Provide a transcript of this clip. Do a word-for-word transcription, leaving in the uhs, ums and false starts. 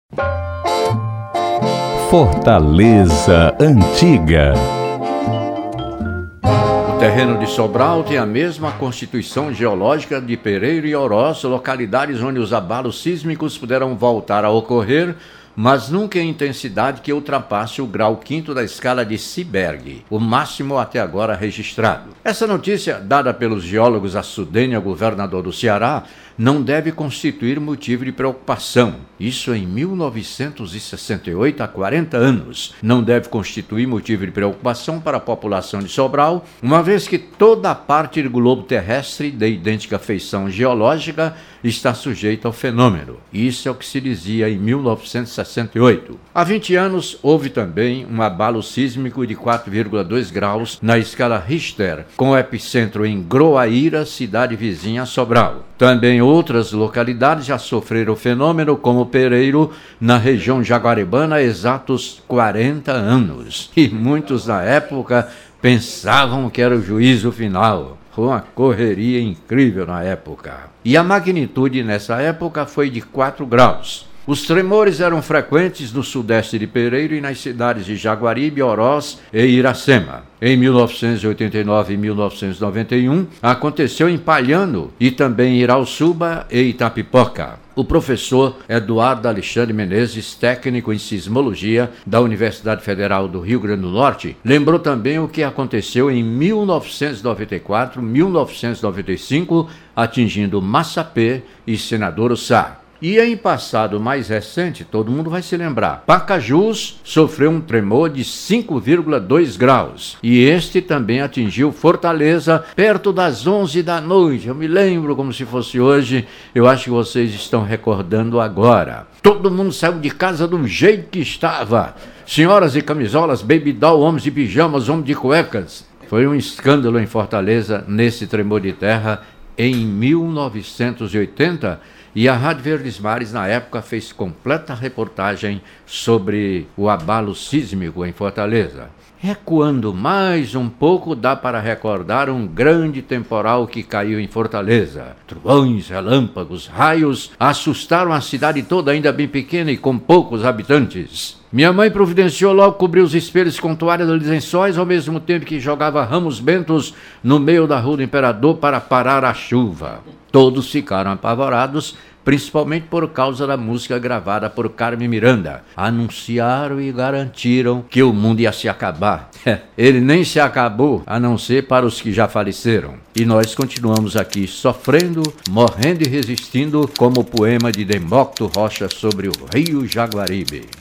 Fortaleza Antiga. O terreno de Sobral tem a mesma constituição geológica de Pereiro e Oroz, localidades onde os abalos sísmicos puderam voltar a ocorrer, mas nunca em intensidade que ultrapasse o grau quinto da escala de Seeberg, o máximo até agora registrado. Essa notícia, dada pelos geólogos Açudênia, governador do Ceará, não deve constituir motivo de preocupação. Isso em mil novecentos e sessenta e oito, há quarenta anos. Não deve constituir motivo de preocupação para a população de Sobral, uma vez que toda a parte do globo terrestre de idêntica feição geológica está sujeita ao fenômeno. Isso é o que se dizia em mil novecentos e sessenta e oito. Há vinte anos, houve também um abalo sísmico de quatro vírgula dois graus na escala Richter, com o epicentro em Groaíra, cidade vizinha a Sobral. Também outras localidades já sofreram o fenômeno, como Pereiro, na região jaguaribana, há exatos quarenta anos. E muitos na época pensavam que era o juízo final. Foi uma correria incrível na época. E a magnitude nessa época foi de quatro graus. Os tremores eram frequentes no sudeste de Pereiro e nas cidades de Jaguaribe, Oroz e Iracema. Em mil novecentos e oitenta e nove e mil novecentos e noventa e um, aconteceu em Palhano e também em Irauçuba e Itapipoca. O professor Eduardo Alexandre Menezes, técnico em sismologia da Universidade Federal do Rio Grande do Norte, lembrou também o que aconteceu em mil novecentos e noventa e quatro, mil novecentos e noventa e cinco, atingindo Massapê e Senador Sá. E em passado mais recente, todo mundo vai se lembrar, Pacajus sofreu um tremor de cinco vírgula dois graus. E este também atingiu Fortaleza perto das onze da noite. Eu me lembro como se fosse hoje, eu acho que vocês estão recordando agora. Todo mundo saiu de casa do jeito que estava. Senhoras de camisolas, baby doll, homens de pijamas, homens de cuecas. Foi um escândalo em Fortaleza nesse tremor de terra em mil novecentos e oitenta. E a Rádio Verdes Mares, na época, fez completa reportagem sobre o abalo sísmico em Fortaleza. Recuando mais um pouco, dá para recordar um grande temporal que caiu em Fortaleza. Trovões, relâmpagos, raios assustaram a cidade toda, ainda bem pequena e com poucos habitantes. Minha mãe providenciou logo cobrir os espelhos com toalha de lençóis, ao mesmo tempo que jogava ramos bentos no meio da Rua do Imperador para parar a chuva. Todos ficaram apavorados, principalmente por causa da música gravada por Carmen Miranda. Anunciaram e garantiram que o mundo ia se acabar. Ele nem se acabou, a não ser para os que já faleceram. E nós continuamos aqui sofrendo, morrendo e resistindo, como o poema de Demócrito Rocha sobre o rio Jaguaribe.